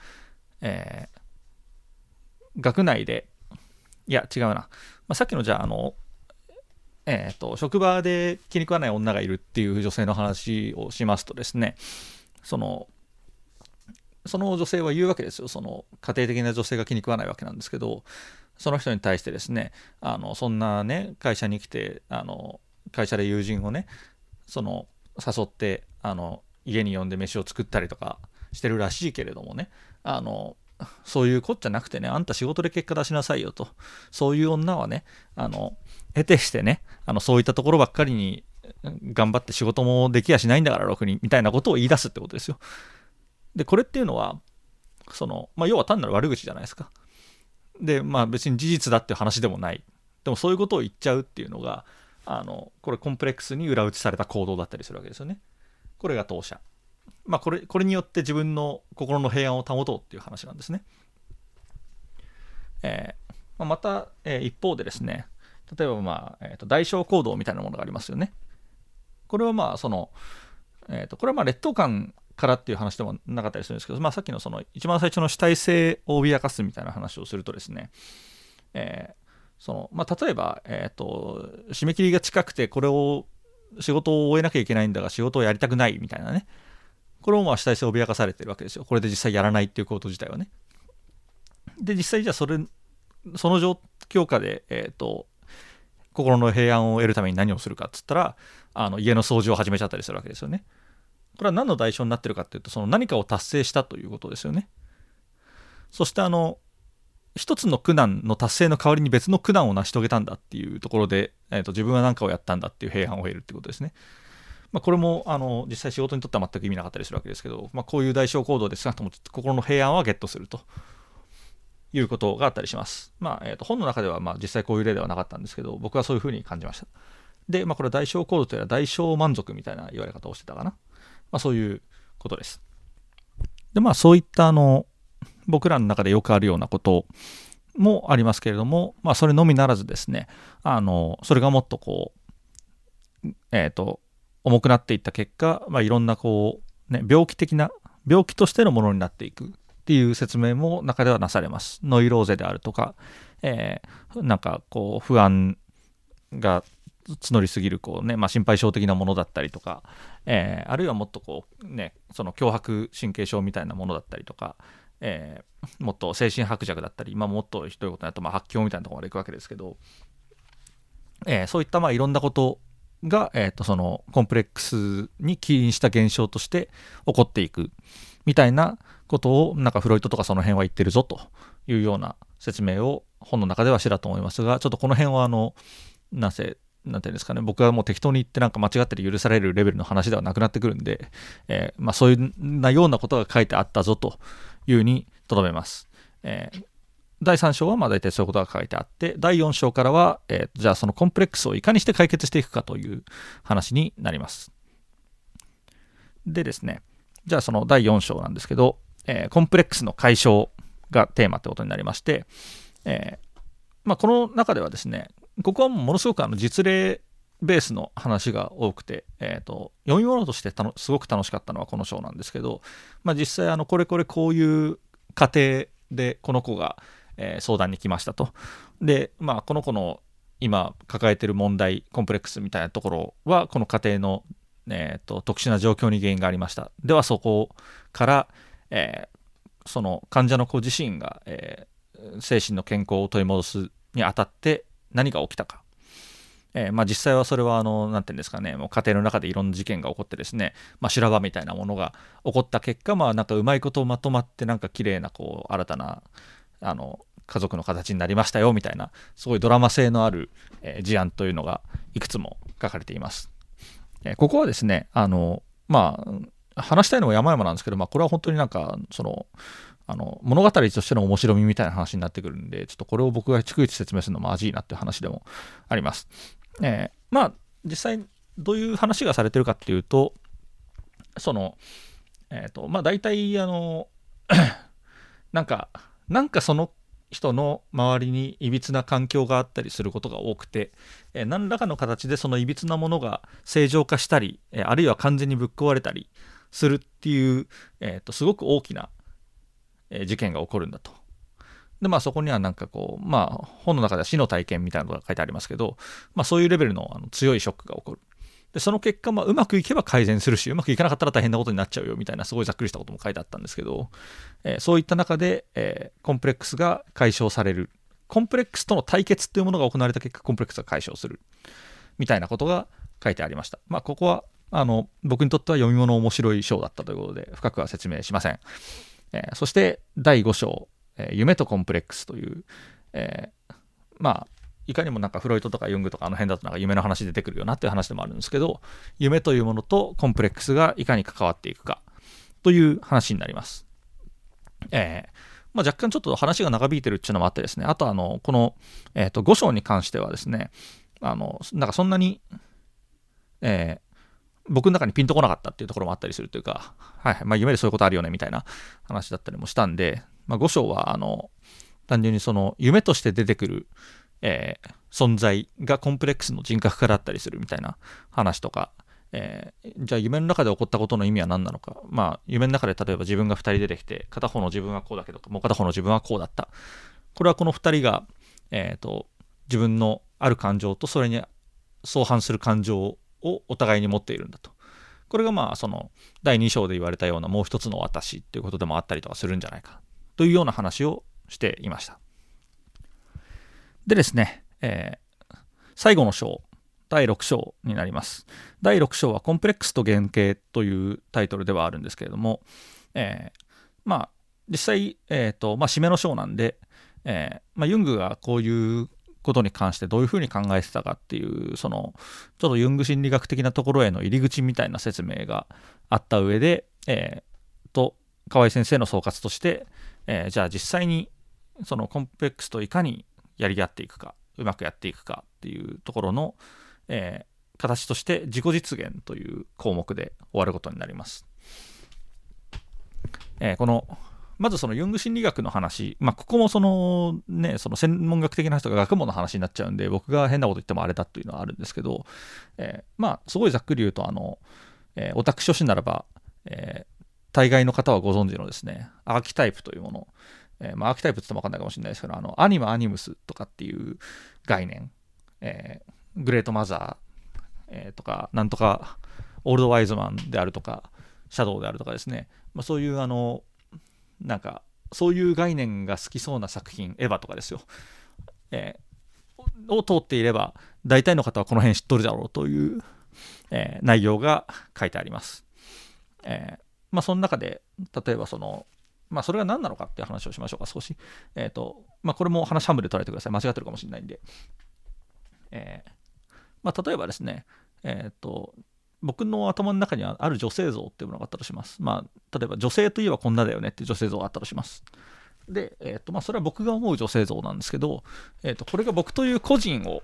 学内で違うな、さっきのじゃあ職場で気に食わない女がいるっていう女性の話をしますとですね、その女性は言うわけですよ。その家庭的な女性が気に食わないわけなんですけど、その人に対してですね、そんなね会社に来て会社で友人をね誘って家に呼んで飯を作ったりとかしてるらしいけれどもね、そういうこっちゃなくてね、あんた仕事で結果出しなさいよと。そういう女はね得てしてねそういったところばっかりに頑張って仕事もできやしないんだからろくにみたいなことを言い出すってことですよ。でこれっていうのは要は単なる悪口じゃないですか。で別に事実だっていう話でもない。でもそういうことを言っちゃうっていうのがこれコンプレックスに裏打ちされた行動だったりするわけですよね。これが投射。これによって自分の心の平安を保とうっていう話なんですね。また、一方でですね、例えば代償行動みたいなものがありますよね。これはこれは劣等感からっていう話でもなかったりするんですけど、さっきの一番最初の主体性を脅かすみたいな話をするとですね、例えば、締め切りが近くてこれを仕事を終えなきゃいけないんだが仕事をやりたくないみたいなね、これも主体性を脅かされてるわけですよ。これで実際やらないっていうこと自体はね。で実際じゃあその状況下で、心の平安を得るために何をするかっつったら家の掃除を始めちゃったりするわけですよね。これは何の代償になってるかっていうと、その何かを達成したということですよね。そして一つの苦難の達成の代わりに別の苦難を成し遂げたんだっていうところで、自分は何かをやったんだっていう平安を得るってことですね。これも実際仕事にとっては全く意味なかったりするわけですけど、こういう代償行動で少なくとも心の平安はゲットするということがあったりします。本の中では実際こういう例ではなかったんですけど、僕はそういうふうに感じました。で、これ代償行動というのは代償満足みたいな言われ方をしてたかな。そういうことです。でそういった僕らの中でよくあるようなこともありますけれども、それのみならずですね、それがもっと重くなっていった結果、いろんな病気としてのものになっていくっていう説明も中ではなされます。ノイローゼであるとか、不安が募りすぎる心配性的なものだったりとか、あるいはもっとその強迫神経症みたいなものだったりとか、もっと精神薄弱だったり、もっとひどいことになると発狂みたいなところまでいくわけですけど、そういったいろんなことが、そのコンプレックスに起因した現象として起こっていくみたいなことをフロイトとかその辺は言ってるぞというような説明を本の中ではしてたと思いますが、ちょっとこの辺はなんていうんですかね、僕はもう適当に言ってなんか間違ってる許されるレベルの話ではなくなってくるんで、そういうようなことが書いてあったぞというにとどめます。第3章はまあ大体そういうことが書いてあって、第4章からは、じゃあそのコンプレックスをいかにして解決していくかという話になります。でですね、じゃあその第4章なんですけど、コンプレックスの解消がテーマってことになりまして、この中ではですね、ここはものすごく実例ベースの話が多くて、読み物としてすごく楽しかったのはこの章なんですけど、実際これこういう過程でこの子が、相談に来ましたと。で、この子の今抱えている問題、コンプレックスみたいなところはこの過程の、特殊な状況に原因がありました。ではそこから、その患者の子自身が、精神の健康を取り戻すにあたって何が起きたか。実際はそれはなんていうんですかね、もう家庭の中でいろんな事件が起こってですね、修羅場みたいなものが起こった結果、なんかうまいことまとまってなんか綺麗なこう新たな家族の形になりましたよみたいな、すごいドラマ性のある、事案というのがいくつも書かれています。ここはですね、話したいのは山々なんですけど、これは本当になんかその物語としての面白みみたいな話になってくるんで、ちょっとこれを僕が逐一説明するのもまずいなっていう話でもあります。実際どういう話がされてるかっていうと、その大体なんかその人の周りにいびつな環境があったりすることが多くて、何らかの形でそのいびつなものが正常化したり、あるいは完全にぶっ壊れたりするっていう、すごく大きな事件が起こるんだと。でそこにはなんかこう本の中では死の体験みたいなのが書いてありますけど、そういうレベルの強いショックが起こる。でその結果うまくいけば改善するし、うまくいかなかったら大変なことになっちゃうよみたいな、すごいざっくりしたことも書いてあったんですけど、そういった中で、コンプレックスが解消される、コンプレックスとの対決というものが行われた結果コンプレックスが解消するみたいなことが書いてありました。ここは僕にとっては読み物面白い章だったということで深くは説明しません。そして第5章、夢とコンプレックスという、いかにもなんかフロイトとかユングとか辺だとなんか夢の話出てくるよなっていう話でもあるんですけど、夢というものとコンプレックスがいかに関わっていくかという話になります。若干ちょっと話が長引いてるっていうのもあってですね、あとこの、5章に関してはですね、なんかそんなに、僕の中にピンとこなかったっていうところもあったりするというか、夢でそういうことあるよねみたいな話だったりもしたんで、5章は単純にその夢として出てくる、存在がコンプレックスの人格化だったりするみたいな話とか、じゃあ夢の中で起こったことの意味は何なのか。夢の中で例えば自分が2人出てきて、片方の自分はこうだけどもう片方の自分はこうだった。これはこの2人が、自分のある感情とそれに相反する感情をお互いに持っているんだと。これがその第2章で言われたようなもう一つの私っていうことでもあったりとかするんじゃないかというような話をしていました。でですね、最後の章、第6章になります。第6章はコンプレックスと原型というタイトルではあるんですけれども、実際、締めの章なんで、ユングがこういうことに関してどういうふうに考えてたかっていうそのちょっとユング心理学的なところへの入り口みたいな説明があった上で、河合先生の総括として、じゃあ実際にそのコンプレックスといかにやり合っていくか、うまくやっていくかっていうところの、形として自己実現という項目で終わることになります。まずそのユング心理学の話、ここもその専門学的な人が学問の話になっちゃうんで、僕が変なこと言ってもあれだというのはあるんですけど、すごいざっくり言うとオタク初心ならば、大概の方はご存知のですね、アーキタイプというもの、アーキタイプって言っても分かんないかもしれないですけど、アニマ・アニムスとかっていう概念、グレートマザー、とかなんとかオールドワイズマンであるとかシャドウであるとかですね、そういうなんかそういう概念が好きそうな作品、エヴァとかですよ、を通っていれば大体の方はこの辺知っとるだろうという、内容が書いてあります。その中で例えばそれが何なのかっていう話をしましょうか、少し。これも話半分で捉えてください。間違ってるかもしれないんで。 例えばですね、僕の頭の中にはある女性像っていうものがあったとします。例えば女性といえばこんなだよねっていう女性像があったとします。で、それは僕が思う女性像なんですけど、これが僕という個人を、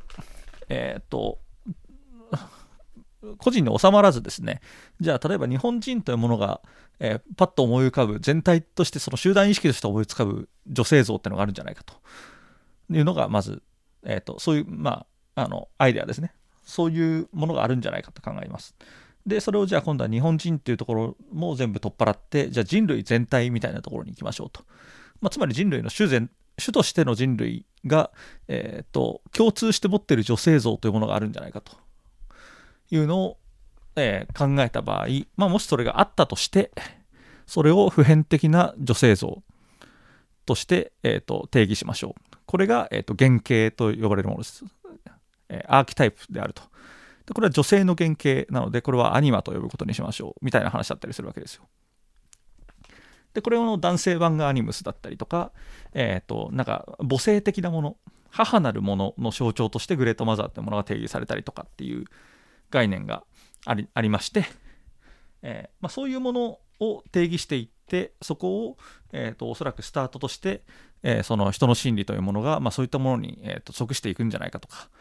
個人に収まらずですね、じゃあ例えば日本人というものが、パッと思い浮かぶ全体としてその集団意識として思い浮かぶ女性像っていうのがあるんじゃないかというのがまず、そういう、アイデアですね。そういうものがあるんじゃないかと考えます。でそれをじゃあ今度は日本人っていうところも全部取っ払って、じゃあ人類全体みたいなところに行きましょうと。つまり人類の種としての人類が、共通して持っている女性像というものがあるんじゃないかというのを、考えた場合、もしそれがあったとして、それを普遍的な女性像として、定義しましょう。これが、原型と呼ばれるものです。アーキタイプであると。でこれは女性の原型なので、これはアニマと呼ぶことにしましょうみたいな話だったりするわけですよ。でこれの男性版がアニムスだったりとか、なんか母性的なもの、母なるものの象徴としてグレートマザーというものが定義されたりとかっていう概念がありまして、そういうものを定義していって、そこを、おそらくスタートとして、その人の心理というものが、そういったものに、即していくんじゃないかとか、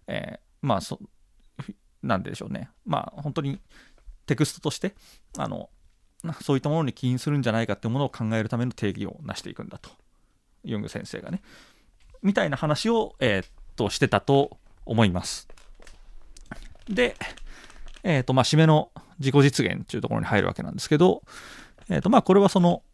なんでしょうね、本当にテクストとしてそういったものに起因するんじゃないかっていうものを考えるための定義をなしていくんだと、ユング先生がねみたいな話を、してたと思います。で、締めの自己実現というところに入るわけなんですけど、これはその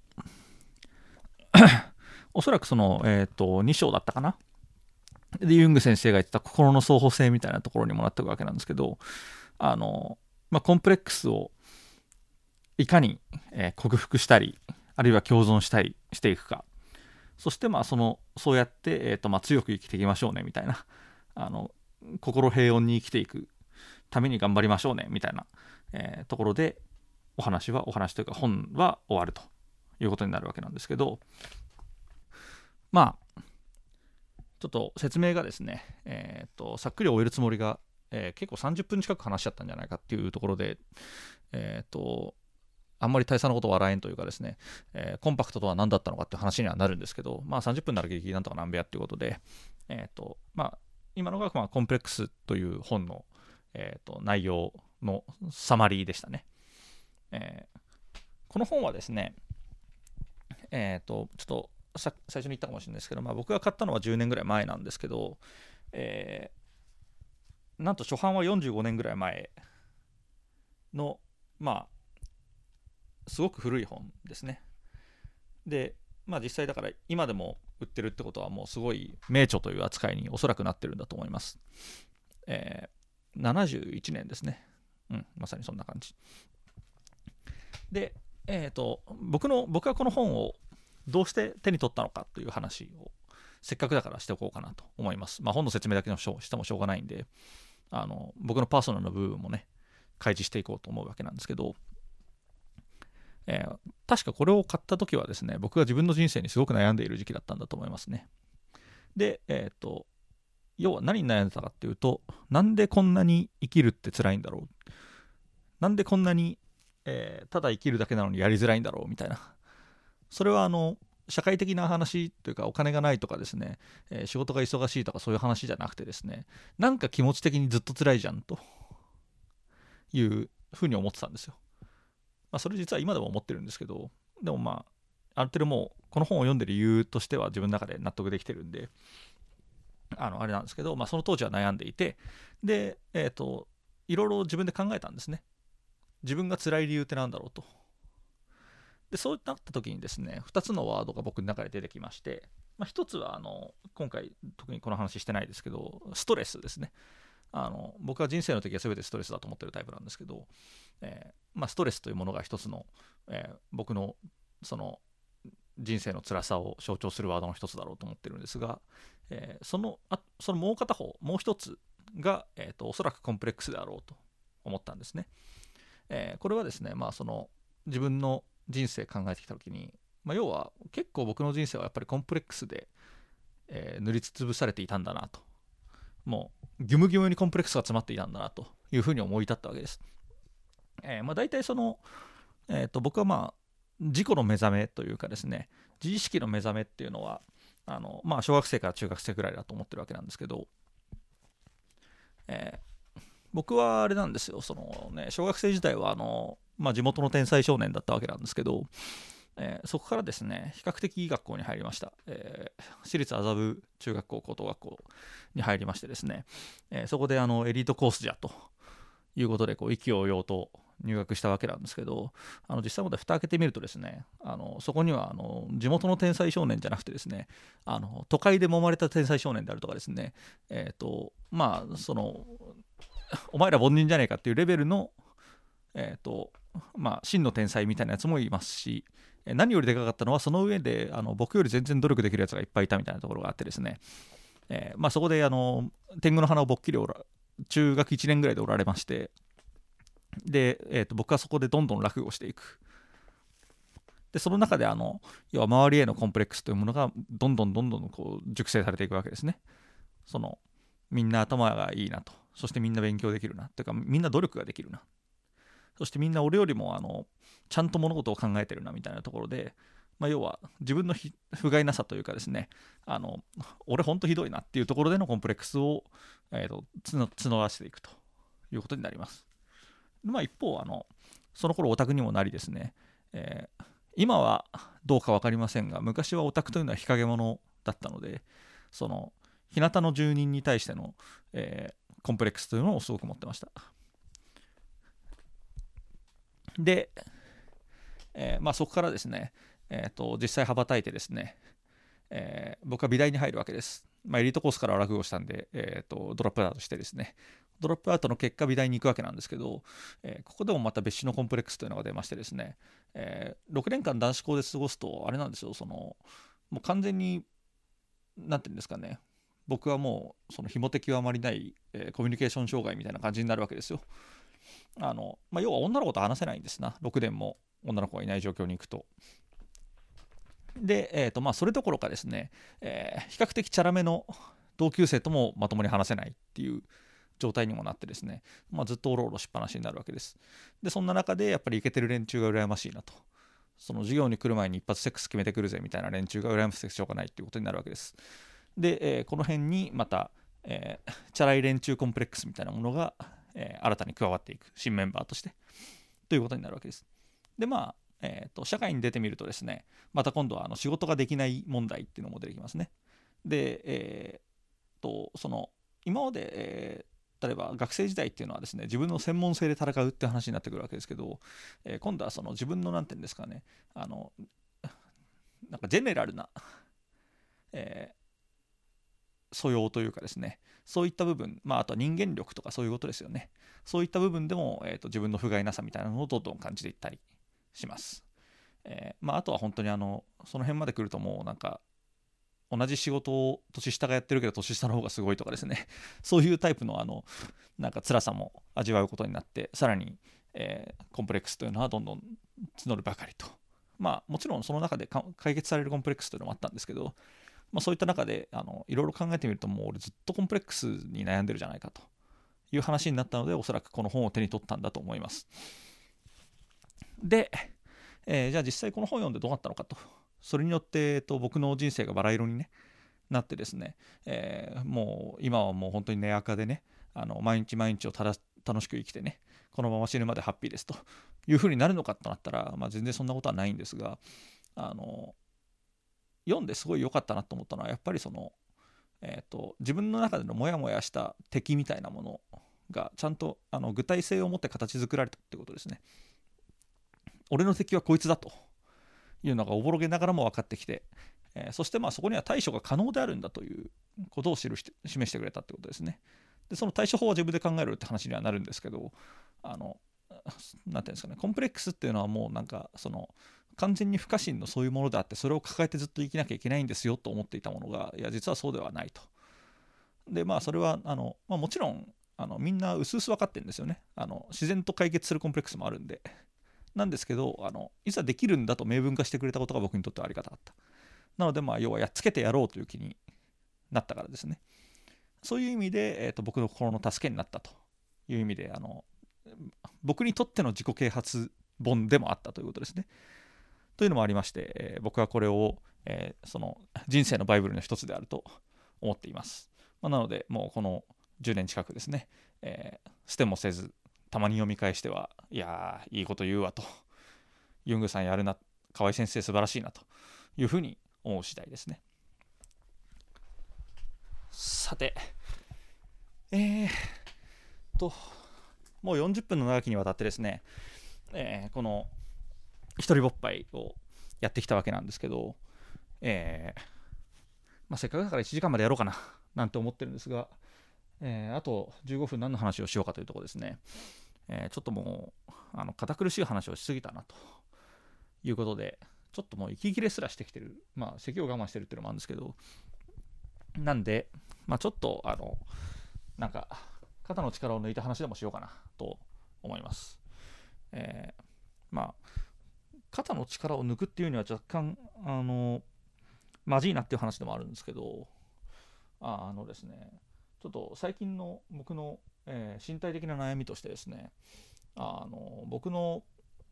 おそらくその、2章だったかなでユング先生が言ってた心の相補性みたいなところにもなっていくわけなんですけど、コンプレックスをいかに、克服したりあるいは共存したりしていくか、そしてそうやって、強く生きていきましょうねみたいな、心平穏に生きていくために頑張りましょうねみたいな、ところでお話というか本は終わるということになるわけなんですけど、ちょっと説明がですね、さっくり終えるつもりが、結構30分近く話しちゃったんじゃないかっていうところで、あんまり大差のことを笑えんというかですね、コンパクトとは何だったのかっていう話にはなるんですけど、30分ならギリギリなんとかなんべやっていうことで、今のがコンプレックスという本の、内容のサマリーでしたね。この本はですね、ちょっと最初に言ったかもしれないですけど、僕が買ったのは10年ぐらい前なんですけど、なんと初版は45年ぐらい前のすごく古い本ですね。で、実際だから今でも売ってるってことはもうすごい名著という扱いにおそらくなってるんだと思います。71年ですね。まさにそんな感じ。で、僕はこの本をどうして手に取ったのかという話をせっかくだからしておこうかなと思います。本の説明だけしてもしょうがないんで、僕のパーソナルな部分もね開示していこうと思うわけなんですけど、確かこれを買った時はですね、僕が自分の人生にすごく悩んでいる時期だったんだと思いますね。で、要は何に悩んでたかっていうと、なんでこんなに生きるって辛いんだろう、なんでこんなに、ただ生きるだけなのにやりづらいんだろうみたいな、それは社会的な話というかお金がないとかですね、仕事が忙しいとかそういう話じゃなくてですね、なんか気持ち的にずっと辛いじゃんというふうに思ってたんですよ。それ実は今でも思ってるんですけど、でもある程度もうこの本を読んでる理由としては自分の中で納得できてるんで、あれなんですけど、その当時は悩んでいて、でいろいろ自分で考えたんですね。自分が辛い理由ってなんだろうと。でそうなった時にですね、2つのワードが僕の中で出てきまして、1つは今回特にこの話してないですけど、ストレスですね。僕は人生の時は全てストレスだと思ってるタイプなんですけど、ストレスというものが一つの、僕のその人生の辛さを象徴するワードの一つだろうと思ってるんですが、そのもう片方、もう一つが、おそらくコンプレックスであろうと思ったんですね。これはですね、その自分の人生考えてきた時に、要は結構僕の人生はやっぱりコンプレックスで、塗りつぶされていたんだなともうギュムギュムにコンプレックスが詰まっていたんだなというふうに思い立ったわけです。大体その、僕は自己の目覚めというかですね、自意識の目覚めっていうのは小学生から中学生ぐらいだと思ってるわけなんですけど、僕はあれなんですよ、そのね、小学生時代は地元の天才少年だったわけなんですけど、そこからですね、比較的いい学校に入りました。私立麻布中学校高等学校に入りましてですね、そこでエリートコースじゃということで意気揚々と入学したわけなんですけど、実際まで蓋開けてみるとですね、そこには地元の天才少年じゃなくてですね、都会で揉まれた天才少年であるとかですね、そのお前ら凡人じゃねえかっていうレベルの真の天才みたいなやつもいますし、何よりでかかったのはその上で僕より全然努力できるやつがいっぱいいたみたいなところがあってですね、そこで天狗の花をぼっきり中学1年ぐらいでおられまして、で、僕はそこでどんどん落語していく。でその中で要は周りへのコンプレックスというものがどんどん熟成されていくわけですね。そのみんな頭がいいなと、そしてみんな勉強できるなというか、みんな努力ができるな、そしてみんな俺よりもちゃんと物事を考えてるなみたいなところで、要は自分の不甲斐なさというかですね、俺ほんとひどいなっていうところでのコンプレックスを、募らせていくということになります。一方その頃オタクにもなりですね、今はどうか分かりませんが、昔はオタクというのは日陰者だったので、その日向の住人に対しての、コンプレックスというのをすごく持ってました。で、そこからですね、実際羽ばたいてですね、僕は美大に入るわけです。エリートコースから落語したんで、ドロップアウトしてですね、ドロップアウトの結果美大に行くわけなんですけど、ここでもまた別種のコンプレックスというのが出ましてですね、6年間男子校で過ごすとあれなんですよ、もう完全になんていうんですかね、僕はもうその紐的はあまりない、コミュニケーション障害みたいな感じになるわけですよ。要は女の子と話せないんですな、6年も女の子がいない状況に行くと。で、それどころかですね、比較的チャラめの同級生ともまともに話せないっていう状態にもなってですね、ずっとおろおろしっぱなしになるわけです。でそんな中でやっぱりイケてる連中が羨ましいなと、その授業に来る前に一発セックス決めてくるぜみたいな連中が羨ましくてしょうがないっていうことになるわけです。で、この辺にまた、チャラい連中コンプレックスみたいなものが、新たに加わっていく新メンバーとしてということになるわけです。で社会に出てみるとですね、また今度は仕事ができない問題っていうのも出てきますね。で、その今まで、例えば学生時代っていうのはですね、自分の専門性で戦うって話になってくるわけですけど、今度はその自分のなんていうんですかね、なんかジェネラルな、素養というかですね、そういった部分、あとは人間力とかそういうことですよね。そういった部分でも、自分の不甲斐なさみたいなのをどんどん感じていったりします。あとは本当にその辺まで来るともうなんか同じ仕事を年下がやってるけど年下の方がすごいとかですね、そういうタイプのなんか辛さも味わうことになって、さらに、コンプレックスというのはどんどん募るばかりと。もちろんその中で解決されるコンプレックスというのもあったんですけど、そういった中でいろいろ考えてみると、もう俺ずっとコンプレックスに悩んでるじゃないかという話になったので、おそらくこの本を手に取ったんだと思います。で、じゃあ実際この本を読んでどうなったのかと。それによって、僕の人生がバラ色に、なってですね、もう今はもう本当に根垢でね、毎日毎日を楽しく生きてね、このまま死ぬまでハッピーですというふうになるのかとなったら、全然そんなことはないんですが、読んですごい良かったなと思ったのは、やっぱりその、自分の中でのモヤモヤした敵みたいなものがちゃんと具体性を持って形作られたってことですね。俺の敵はこいつだというのがおぼろげながらも分かってきて、そしてそこには対処が可能であるんだということを示してくれたってことですね。でその対処法は自分で考えるって話にはなるんですけど、なんていうんですかね、コンプレックスっていうのはもうなんかその完全に不可侵のそういうものであって、それを抱えてずっと生きなきゃいけないんですよと思っていたものが、いや実はそうではないと。でそれはもちろんみんな薄々分かってるんですよね。自然と解決するコンプレックスもあるんで。なんですけど、いざできるんだと明文化してくれたことが僕にとってはありがたかった。なので要はやっつけてやろうという気になったからですね。 そういう意味で、僕の心の助けになったという意味で僕にとっての自己啓発本でもあったということですね。というのもありまして、僕はこれを、その人生のバイブルの一つであると思っています。なのでもうこの10年近くですね、捨てもせずたまに読み返しては、いやーいいこと言うわと、ユングさんやるな、河合先生素晴らしいなというふうに思う次第ですね。さてもう40分の長きにわたってですね、この一人ぼっぱいをやってきたわけなんですけど、せっかくだから1時間までやろうかななんて思ってるんですが、あと15分何の話をしようかというところですね。ちょっともう堅苦しい話をしすぎたなということで、ちょっともう息切れすらしてきてる、咳を我慢してるっていうのもあるんですけど、なんで、ちょっとなんか肩の力を抜いた話でもしようかなと思います。肩の力を抜くっていうには若干まじいなっていう話でもあるんですけど、ですね、ちょっと最近の僕の、身体的な悩みとしてですね、僕の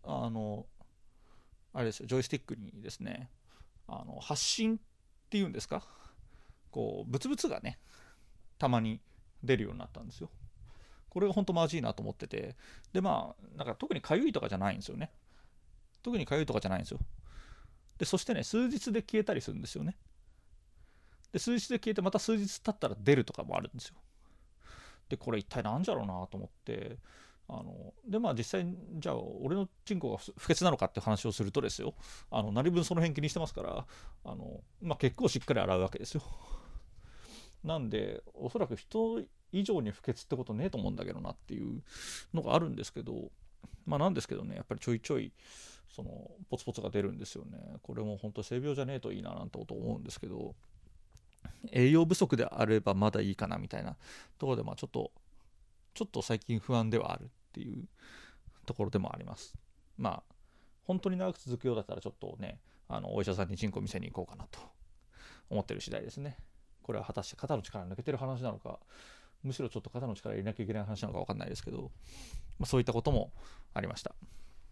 あれですよ、ジョイスティックにですね、発信っていうんですか、こうブツブツがねたまに出るようになったんですよ。これが本当まずいなと思ってて、でなんか特にかゆいとかじゃないんですよね。特にかゆいとかじゃないんですよ。でそしてね、数日で消えたりするんですよね。で数日で消えてまた数日経ったら出るとかもあるんですよ。でこれ一体なんじゃろうなと思って、で実際じゃあ俺のチンコが不潔なのかって話をするとですよ、何分その辺気にしてますから、結構しっかり洗うわけですよ。なんでおそらく人以上に不潔ってことねえと思うんだけどなっていうのがあるんですけど、なんですけどね、やっぱりちょいちょいそのポツポツが出るんですよね。これも本当性病じゃねえといいななんてこと思うんですけど、栄養不足であればまだいいかなみたいなところで、ちょっと最近不安ではあるっていうところでもあります。本当に長く続くようだったらちょっとね、お医者さんにチンコ見せに行こうかなと思ってる次第ですね。これは果たして肩の力抜けてる話なのか、むしろちょっと肩の力入れなきゃいけない話なのか分かんないですけど、そういったこともありました。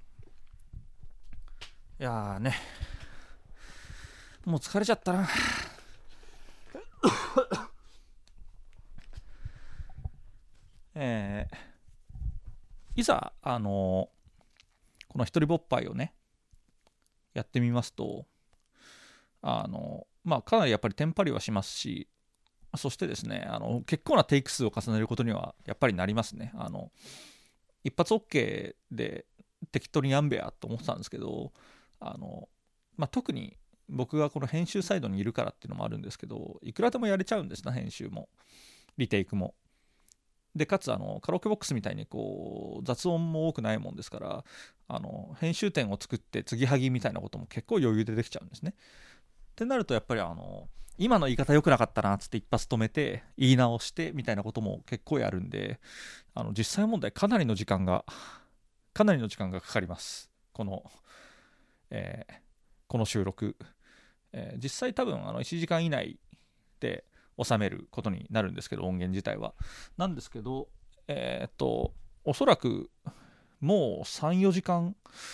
いやーね、もう疲れちゃったな。いざこの一人ぼっぱいをねやってみますと、かなりやっぱりテンパりはしますし、そしてですね、結構なテイク数を重ねることにはやっぱりなりますね。一発 OK で適当にやんべやと思ってたんですけど、特に僕がこの編集サイドにいるからっていうのもあるんですけど、いくらでもやれちゃうんですな、編集もリテイクも。でかつカラオケボックスみたいにこう雑音も多くないもんですから、編集点を作って継ぎはぎみたいなことも結構余裕でできちゃうんですね。ってなるとやっぱり今の言い方良くなかったなっつって一発止めて言い直してみたいなことも結構やるんで、実際問題かなりの時間がかかります、この収録。実際多分1時間以内で収めることになるんですけど、音源自体はなんですけど、おそらくもう 3,4 時間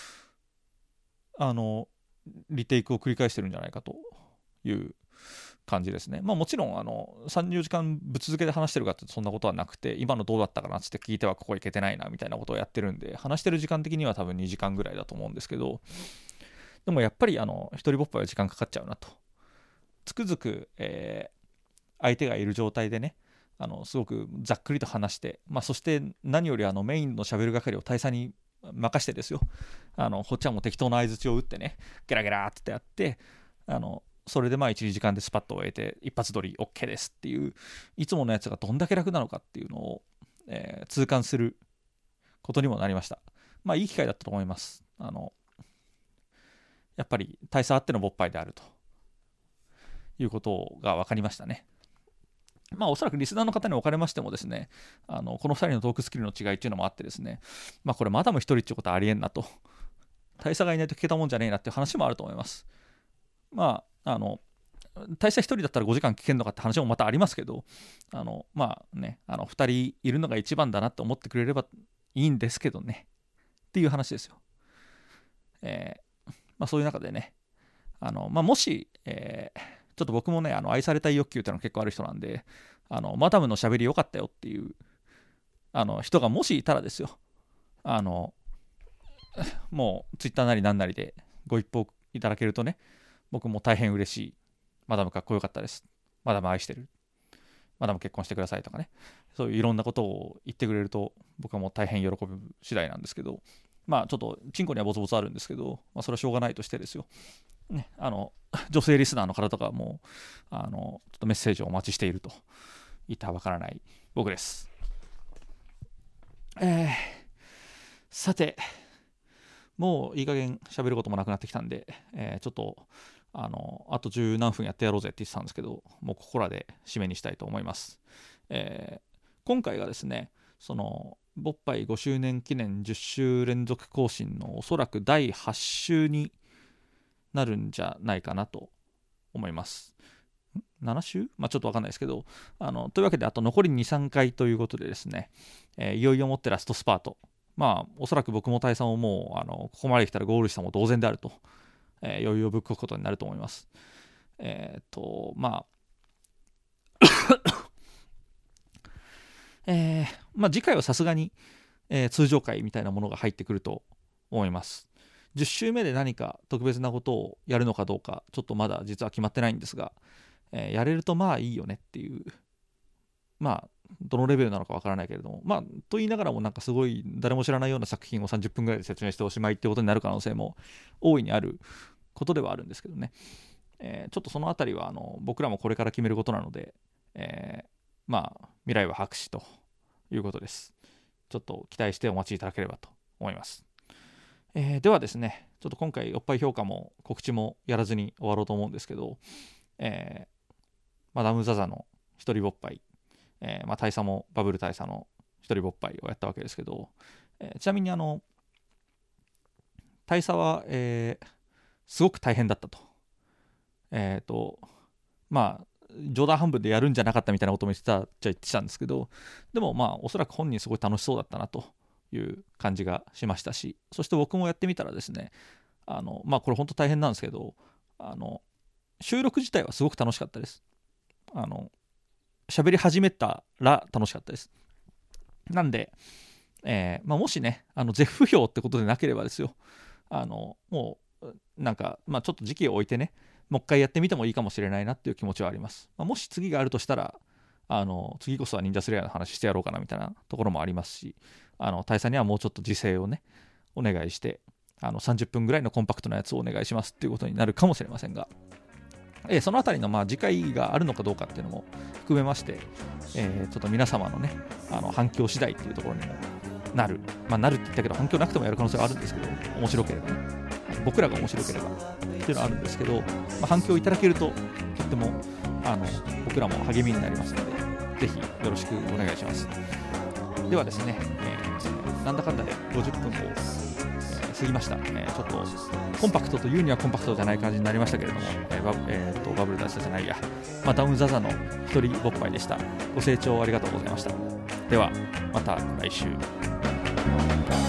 リテイクを繰り返してるんじゃないかという感じですね。もちろん3、4時間ぶっ続けで話してるかってそんなことはなくて、今のどうだったかなって聞いてはここいけてないなみたいなことをやってるんで、話してる時間的には多分2時間ぐらいだと思うんですけど、でもやっぱり一人ぼっぱいは時間かかっちゃうなと。つくづく、相手がいる状態でね、すごくざっくりと話して、そして何よりメインのしゃべる係を大佐に任してですよ、ほっちゃんも適当な相槌を打ってね、ゲラゲラってやって、それで1、2時間でスパッと終えて一発撮り OK ですっていう、いつものやつがどんだけ楽なのかっていうのを、痛感することにもなりました。いい機会だったと思います。やっぱり大佐あってのぼっぱいであるということが分かりましたね。おそらくリスナーの方におかれましてもですね、この2人のトークスキルの違いっていうのもあってですね、これマダム一人っていうことはありえんなと、大佐がいないと聞けたもんじゃねえなっていう話もあると思います。 大佐1人だったら5時間聞けるのかって話もまたありますけど、まあね、2人いるのが一番だなって思ってくれればいいんですけどねっていう話ですよ。まあ、そういう中でね、まあ、もし、ちょっと僕もね愛されたい欲求っていうのが結構ある人なんで、マダムのしゃべり良かったよっていう人がもしいたらですよ、もうツイッターなりなんなりでご一報いただけるとね、僕も大変嬉しい。マダムかっこよかったです。マダム愛してる。マダム結婚してくださいとかね、そういういろんなことを言ってくれると僕はもう大変喜ぶ次第なんですけど、まあちょっとチンコにはボツボツあるんですけど、まあ、それはしょうがないとしてですよ、ね、女性リスナーの方とかもちょっとメッセージをお待ちしていると言ったらわからない僕です。さて、もういい加減喋ることもなくなってきたんで、ちょっとあと10何分やってやろうぜって言ってたんですけど、もうここらで締めにしたいと思います。今回がですね、そのボッパイ5周年記念10週連続更新のおそらく第8週になるんじゃないかなと思います。7週、まあ、ちょっと分かんないですけど、というわけであと残り 2,3 回ということでですね、いよいよもってラストスパート。まあおそらく僕も大佐ももうここまで来たらゴールしたも同然であると、余裕をぶっこくことになると思います。まあまあ次回はさすがに、通常回みたいなものが入ってくると思います。10週目で何か特別なことをやるのかどうかちょっとまだ実は決まってないんですが、やれるとまあいいよねっていう、まあどのレベルなのかわからないけれども、まあと言いながらもなんかすごい誰も知らないような作品を30分ぐらいで説明しておしまいってことになる可能性も大いにあることではあるんですけどね、ちょっとそのあたりは僕らもこれから決めることなので、まあ未来は白紙ということです。ちょっと期待してお待ちいただければと思います。ではですね、ちょっと今回おっぱい評価も告知もやらずに終わろうと思うんですけど、マダム・ザ・ザの一人ぼっぱい、まあ、大佐もバブル大佐の一人ぼっぱいをやったわけですけど、ちなみに大佐は、すごく大変だったと。まあ冗談半分でやるんじゃなかったみたいなことも言ってたんですけど、でもまあおそらく本人すごい楽しそうだったなという感じがしましたし、そして僕もやってみたらですね、まあこれ本当大変なんですけど、収録自体はすごく楽しかったです。喋り始めたら楽しかったです。なんで、まあ、もしね絶不評ってことでなければですよ、もうなんか、まあ、ちょっと時期を置いてね、もう一回やってみてもいいかもしれないなっていう気持ちはあります。まあ、もし次があるとしたら次こそは忍者スレイヤーの話してやろうかなみたいなところもありますし、大佐にはもうちょっと時制をねお願いして、30分ぐらいのコンパクトなやつをお願いしますっていうことになるかもしれませんが、そのあたりのまあ次回があるのかどうかっていうのも含めまして、ちょっと皆様のね反響次第っていうところにもなる、まあ、なるって言ったけど反響なくてもやる可能性はあるんですけど、面白ければね、僕らが面白ければっていうのはあるんですけど、まあ、反響いただけるととっても僕らも励みになりますので、ぜひよろしくお願いします。ではですね、なんだかんだで50分を、過ぎました。ちょっとコンパクトというにはコンパクトじゃない感じになりましたけれども、バブル出したじゃないや、マダム・ザ・ザの一人ぼっぱいでした。ご清聴ありがとうございました。ではまた来週。